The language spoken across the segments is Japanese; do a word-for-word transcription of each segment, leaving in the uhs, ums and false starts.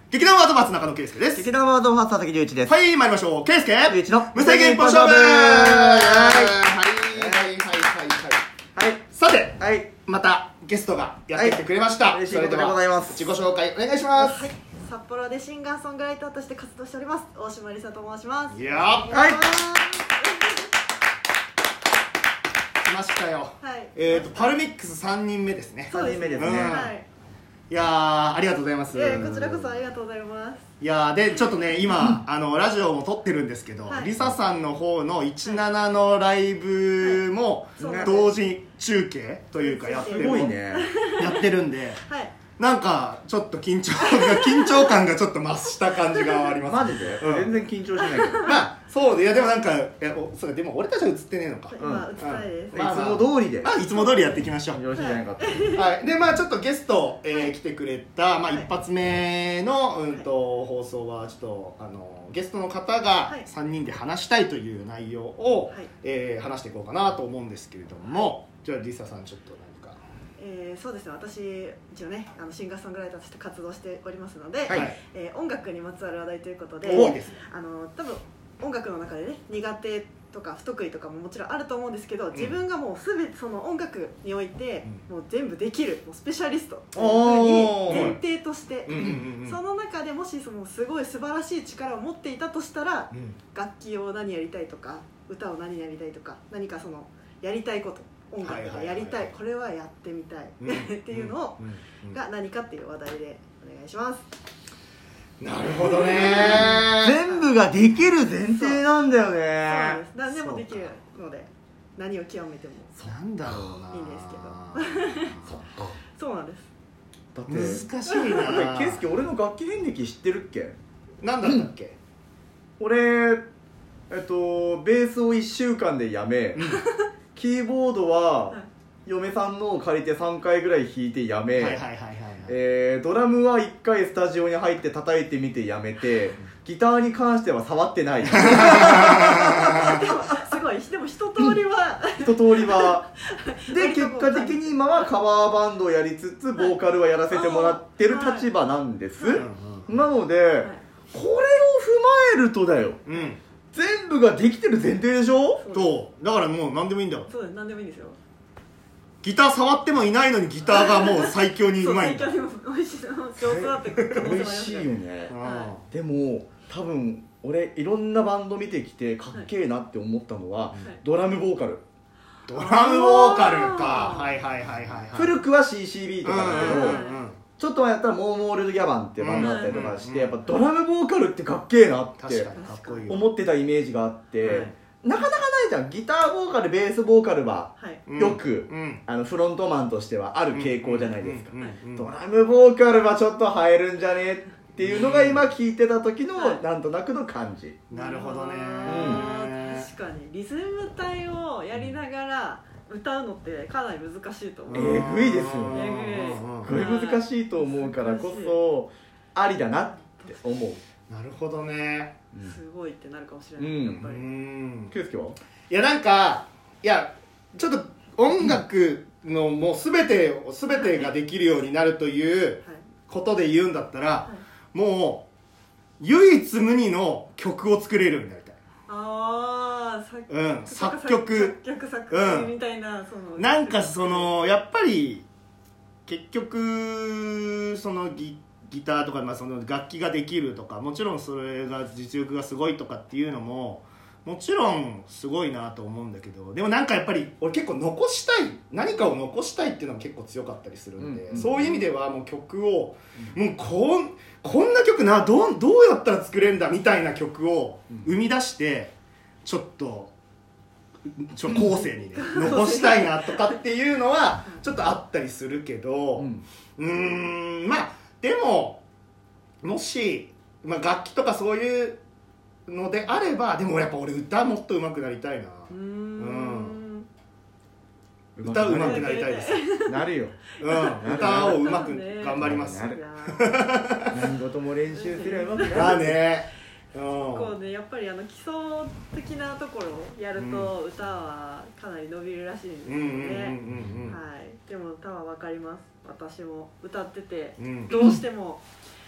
劇団ワードバーツ中野圭介です。 劇団ワードバーツ佐々木隆一です。 はい、参りましょう。圭介隆一の無制限一本勝負。はいはいはいはいはい。さて、 はい、 またゲストがやってきてくれました。 はい、嬉しいことでございます。 自己紹介お願いします。 はい、札幌でシンガーソングライターとして活動しております大島理沙と申します。 いやー、 はい、 来ましたよ。 はい、 えっとパルミックスさんにんめですね。 さんにんめですね。 うん、 はい、 いやー、ありがとうございます。 いやこちらこそありがとうございます。 いやー、でちょっとね今、うん、あのラジオも撮ってるんですけど、 はい、 リサさんの方のじゅうななのライブも同時中継というかやってる、 すごいね、 やってるんで、 はい、 なんかちょっと緊張が緊張感がちょっと増した感じがあります。 マジで、うん、全然緊張しないけどまあそうで、いやでもなんか、いやおそうでも俺たちは映ってねえのか、 今映ってないです、 うん、まあまあ、いつも通りで、 まあ、いつも通りやっていきましょう。 よろしいんじゃないかと。 はい、でまあちょっとゲスト、えーはい、来てくれた、まあ、 はい、 一発目の、うんと、はい、放送はちょっとあのゲストの方がさんにんで話したいという内容を、はい、えー、話していこうかなと思うんですけれども、はい、じゃあリサさんちょっと何か。 えー、そうですね、私一応ねあのシンガーソングライターとして活動しておりますので、 はい、 えー、音楽にまつわる話題ということで、 多いですね、 あの多分音楽の中でね苦手とか不得意とかももちろんあると思うんですけど、うん、自分がもうすべてその音楽において、うん、もう全部できるもうスペシャリストというふうに前提として、その中でもしそのすごい素晴らしい力を持っていたとしたら、うん、楽器を何やりたいとか歌を何やりたいとか何かそのやりたいこと音楽がやりたい、これはやってみたい、うん、っていうのを、うん、が何かっていう話題でお願いします。 なるほどね全部ができる前提なんだよね。 そうです。何でもできるので何を極めてもなんだろうないいんですけどそうなんです。 だって難しいな。 ケイスケ、俺の楽器遍歴知ってるっけ？ 何だったっけ？ 俺えっとベースをいっしゅうかんでやめキーボードは嫁さんのを借りてさんかいぐらい弾いてやめ、えー、ドラムはいっかいスタジオに入って叩いてみてやめて、ギターに関しては触ってない。 すごい、でも一通りは一通りはで結果的に今はカバーバンドをやりつつボーカルはやらせてもらってる立場なんです、はい、なので、はい、これを踏まえるとだよ、うん、全部ができてる前提でしょ。 そうだからもう何でもいいんだよ。 そうです、何でもいいんですよ。 ギター触ってもいないのにギターがもう最強にうまいんだ。 最強に美味しい、上手だって美味しいよね、はい、でも多分俺いろんなバンド見てきてかっけえなって思ったのは、はい、ドラムボーカル。 ドラムボーカルか。はいはいはいはい、はい、 古くは シーシービー とかだけど、うんうんうん、ちょっと前やったらモーモールド・ギャバンってバンドだったりとかして、うんうんうん、やっぱドラムボーカルってかっけえなって思ってたイメージがあって、はい、なかなかないじゃん。ギターボーカルベースボーカルはよく、はい、あのフロントマンとしてはある傾向じゃないですか。ドラムボーカルはちょっと映えるんじゃねっていうのが今聞いてた時のなんとなくの感じ。 なるほどね、 うん、確かにリズム隊をやりながら歌うのってかなり難しいと思う。 えぐいですよね。えぐい、これ難しいと思うからこそありだなって思う。 なるほどね、 すごいってなるかもしれない、うん、やっぱり。 圭介は？ いやなんかいやちょっと音楽のもう全てを全てができるようになるということで言うんだったら、はい、もう唯一無二の曲を作れるようになりたい。 ああ、作曲、 うん、作曲作曲作曲みたいな、うん、そのなんかそのやっぱり結局そのギギターとか、まあ、その楽器ができるとかもちろんそれが実力がすごいとかっていうのももちろんすごいなと思うんだけど、でもなんかやっぱり俺結構残したい何かを残したいっていうのが結構強かったりするんで、うんうん、そういう意味ではもう曲を、うん、もうこんこんな曲などう、どうやったら作れるんだみたいな曲を生み出してちょっとちょ後世にね残したいなとかっていうのはちょっとあったりするけど、うん、うーんまあでももし、まあ、楽器とかそういうのであればでもやっぱ俺歌もっと上手くなりたいな。うーん、うん、歌うまくなりたいです。 なるよ、 うん、歌をうまく頑張ります。 なる何事も練習すればうまくなる。 だね。 結構ねやっぱりあの基礎的なところをやると歌はかなり伸びるらしいんですよね。はい。でも歌は分かります。私も歌ってて、うん、どうしても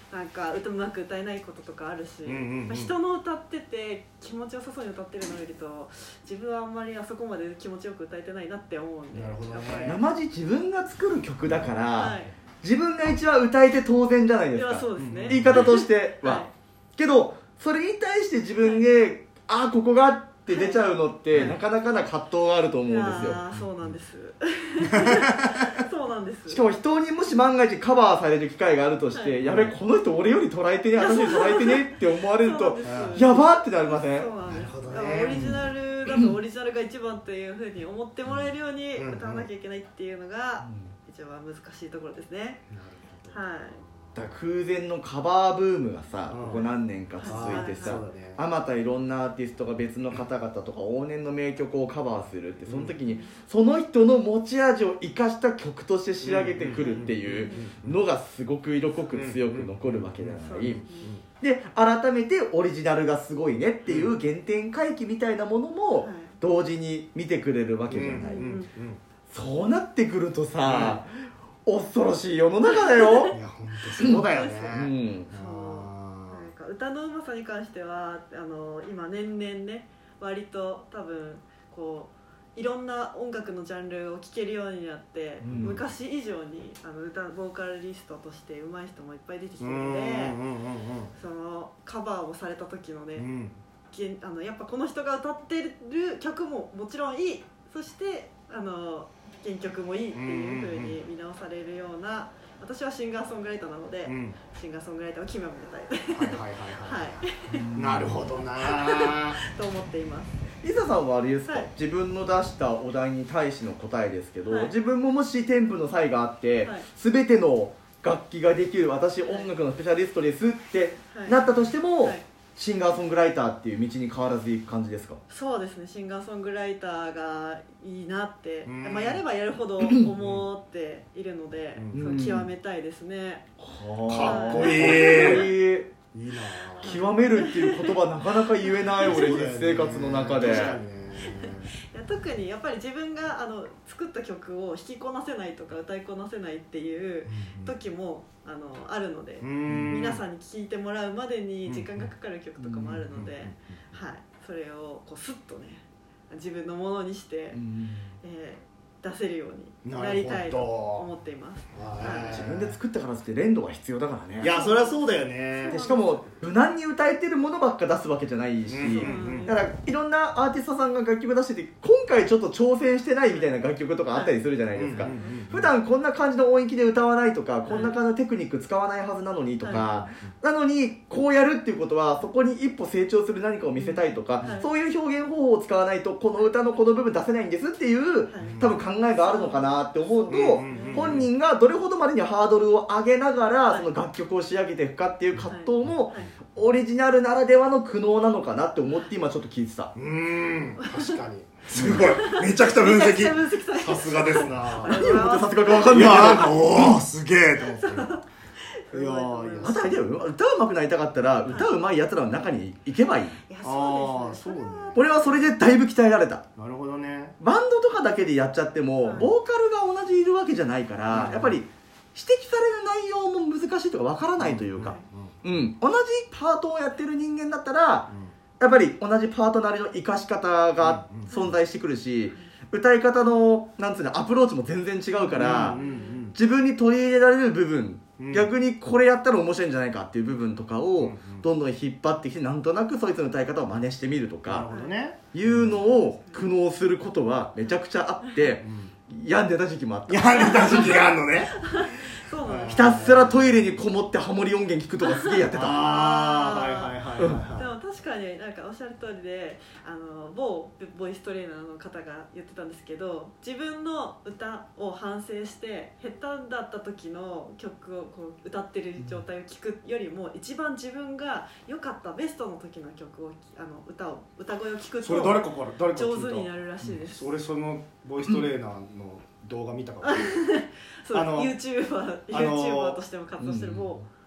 なんか歌うまく歌えないこととかあるし、 うんうんうん、 人の歌ってて気持ちよさそうに歌ってるのを見ると自分はあんまりあそこまで気持ちよく歌えてないなって思うんで、 なるほどね、 生地自分が作る曲だから、 はい、 自分が一番歌えて当然じゃないですか。 いやそうですね、 言い方としては、 はい、 けどそれに対して自分で、はい、ああここがって出ちゃうのって、はい、なかなかな葛藤があると思うんですよ。 あそうなんですそうなんです。 しかも人にもし万が一カバーされる機会があるとして、はい、やべこの人俺より捉えてね私より捉えてねって思われるとやばってなりません？ そうなんです。オリジナルだとオリジナルが一番っていうふうに思ってもらえるように歌わなきゃいけないっていうのが一番難しいところですね。はい。 だから空前のカバーブームがさ、ここ何年か続いてさ、あまたいろんなアーティストが別の方々とか往年の名曲をカバーするって、その時にその人の持ち味を生かした曲として仕上げてくるっていうのがすごく色濃く強く残るわけじゃない。で改めてオリジナルがすごいねっていう原点回帰みたいなものも同時に見てくれるわけじゃない。そうなってくるとさ、恐ろしい世の中だよ。 いや本当そうだよね。 うん、そうなんか歌のうまさに関してはあの今年々ね割と多分こういろんな音楽のジャンルを聴けるようになって、うん、昔以上にあの歌ボーカリストとして上手い人もいっぱい出てきてるので、そのカバーをされた時のね、うん、あのやっぱこの人が歌ってる曲ももちろんいい、そしてあの原曲もいいっていう風に見直されるような、私はシンガーソングライターなので、うん、シンガーソングライターを極めたいはいはいはいはい、なるほどなと思っています。 リサさんはあれですか、はい、自分の出したお題に対しての答えですけど、はい、自分ももし添付の際があって、はい、全ての楽器ができる私音楽のスペシャリストですってなったとしても、はいはい、シンガーソングライターっていう道に変わらずいく感じですか？ そうですね、シンガーソングライターがいいなって、まあ、やればやるほど思っているので、そう極めたいですね。 かっこいい。いいな。 極めるっていう言葉なかなか言えない俺実生活の中で。 いや特にやっぱり自分があの作った曲を弾きこなせないとか歌いこなせないっていう時もあのあるので、皆さんに聴いてもらうまでに時間がかかる曲とかもあるので、はい、それをこうスッとね自分のものにして、えー出せるようになりたいと思っています。 自分で作ったからって連動が必要だからね。 いやそれはそうだよね。 でしかも無難に歌えてるものばっか出すわけじゃないし、だからいろんなアーティストさんが楽曲出してて今回ちょっと挑戦してないみたいな楽曲とかあったりするじゃないですか。普段こんな感じの音域で歌わないとか、こんな感じのテクニック使わないはずなのにとか、なのにこうやるっていうことはそこに一歩成長する何かを見せたいとか、そういう表現方法を使わないとこの歌のこの部分出せないんですっていう多分考えがあるのかなって思うと、本人がどれほどまでにハードルを上げながらその楽曲を仕上げていくかっていう葛藤もオリジナルならではの苦悩なのかなって思って今ちょっと聞いてた。 うーん、確かにすごいめちゃくちゃ分析さすがですな。 何をもってさすがか分かんないけど、 おおすげえと思って。いやーあとあれだよ、歌うまくなりたかったら歌うまいやつらの中に行けばいい。 いやそうですね。 俺はそれでだいぶ鍛えられた。 なるほどね。 バンドとかだけでやっちゃっても、ボーカルが同じいるわけじゃないから、やっぱり指摘される内容も難しいとかわからないというか、うん同じパートをやってる人間だったら、やっぱり同じパートなりの生かし方が存在してくるし、歌い方のなんつうのアプローチも全然違うから、自分に取り入れられる部分、逆にこれやったら面白いんじゃないかっていう部分とかをどんどん引っ張ってきて、なんとなくそいつの歌い方を真似してみるとかいうのを苦悩することはめちゃくちゃあって、病んでた時期もあった。 病んでた時期があるのね。 ひたすらトイレにこもってハモリ音源聞くとかすげえやってた。 ああはいはいはいはい。 でも確かになんかおっしゃる通りで、あの某ボイストレーナーの方が言ってたんですけど、自分の歌を反省して下手だった時の曲をこう歌ってる状態を聞くよりも、一番自分が良かったベストの時の曲をあの歌を歌声を聞くとそれ誰かから誰か上手になるらしいです。 俺そのボイストレーナーの動画見たから。 そう、あの YouTuber, YouTuber としても活動してる某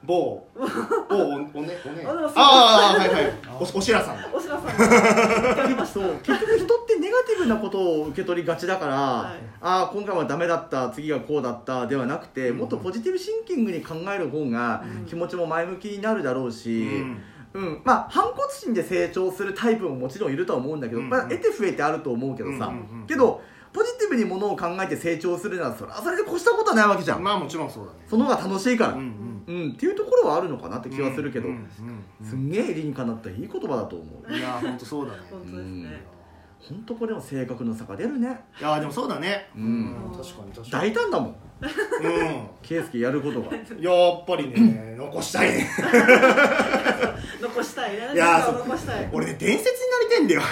某某おおねおねあああはいはいおおしらさんだおしらさんがやりましたそう結局人ってネガティブなことを受け取りがちだから、 はい、 ああ今回はダメだった次がこうだったではなくて、うん、もっとポジティブシンキングに考える方が気持ちも前向きになるだろうし、うんうん、まあ反骨心で成長するタイプももちろんいるとは思うんだけど、うんうん、まあ、得て増えてあると思うけどさ、うんうんうん、けどポジティブにものを考えて成長するならそれはそれで越したことはないわけじゃん。 まあもちろんそうだね。 その方が楽しいから、うんうんうん、っていうところはあるのかなって気はするけど、 うんうんうん、 すんげえ理にかなったいい言葉だと思う。 いや本当そうだね。 本当ですね。 本当これも性格の差が出るね。 いやでもそうだね。 うん、 確かに確かに。 大胆だもん。うん。圭介やることが。 やっぱりね残したいね。 残したいね。 いや残したい。 俺ね伝説になりたいんだよ。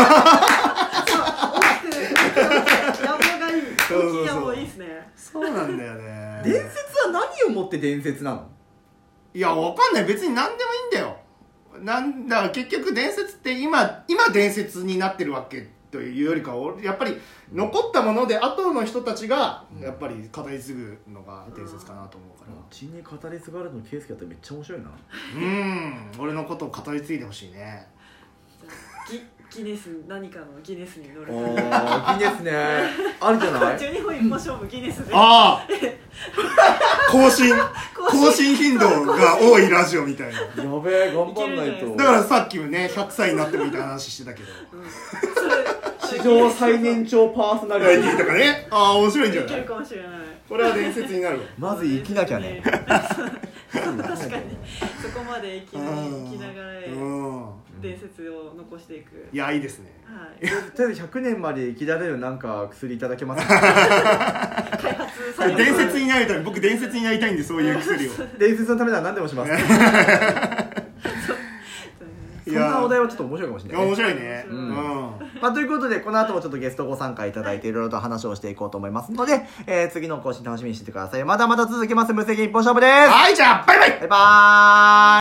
野望がいい。大きい野望いいですね。 そうなんだよね。 伝説は何をもって伝説なの？ いやわかんない別に何でもいいんだよ。なんだ結局伝説って今今伝説になってるわけというよりかはやっぱり残ったもので後の人たちがやっぱり語り継ぐのが伝説かなと思うから。うちに語り継がれるの圭介だったらめっちゃ面白いな。 うん俺のことを語り継いでほしいね。 ギギネス何かのギネスに乗る。 あギネスねあるじゃない。 じゅうにほん一本勝負ギネスで。 ああ更新更新頻度が多いラジオみたいな。やべえ頑張んないと。 だからさっきもねひゃくさいになってもいいって話してたけど、うん、 史上最年長パーソナリティとかね。ああ面白いんじゃない。 いけるかもしれない。 これは伝説になるわ。 まず生きなきゃね。 確かにそこまで生き生きながら伝説を残していく。 いやいいですね。 はい。 とりあえずひゃくねんまで生きられるなんか薬いただけますか。 開発される。 伝説になりたい。僕伝説になりたいんでそういう薬を。 伝説のためなら何でもします。そんなお題はちょっと面白いかもしれない、ね、 面白いね、 うんうんまあ、ということでこの後もちょっとゲストご参加いただいていろいろと話をしていこうと思いますので、えー、次の更新楽しみにしててください。まだまだ続きます無責任一本勝負です。 はいじゃあバイバイバイバーイ。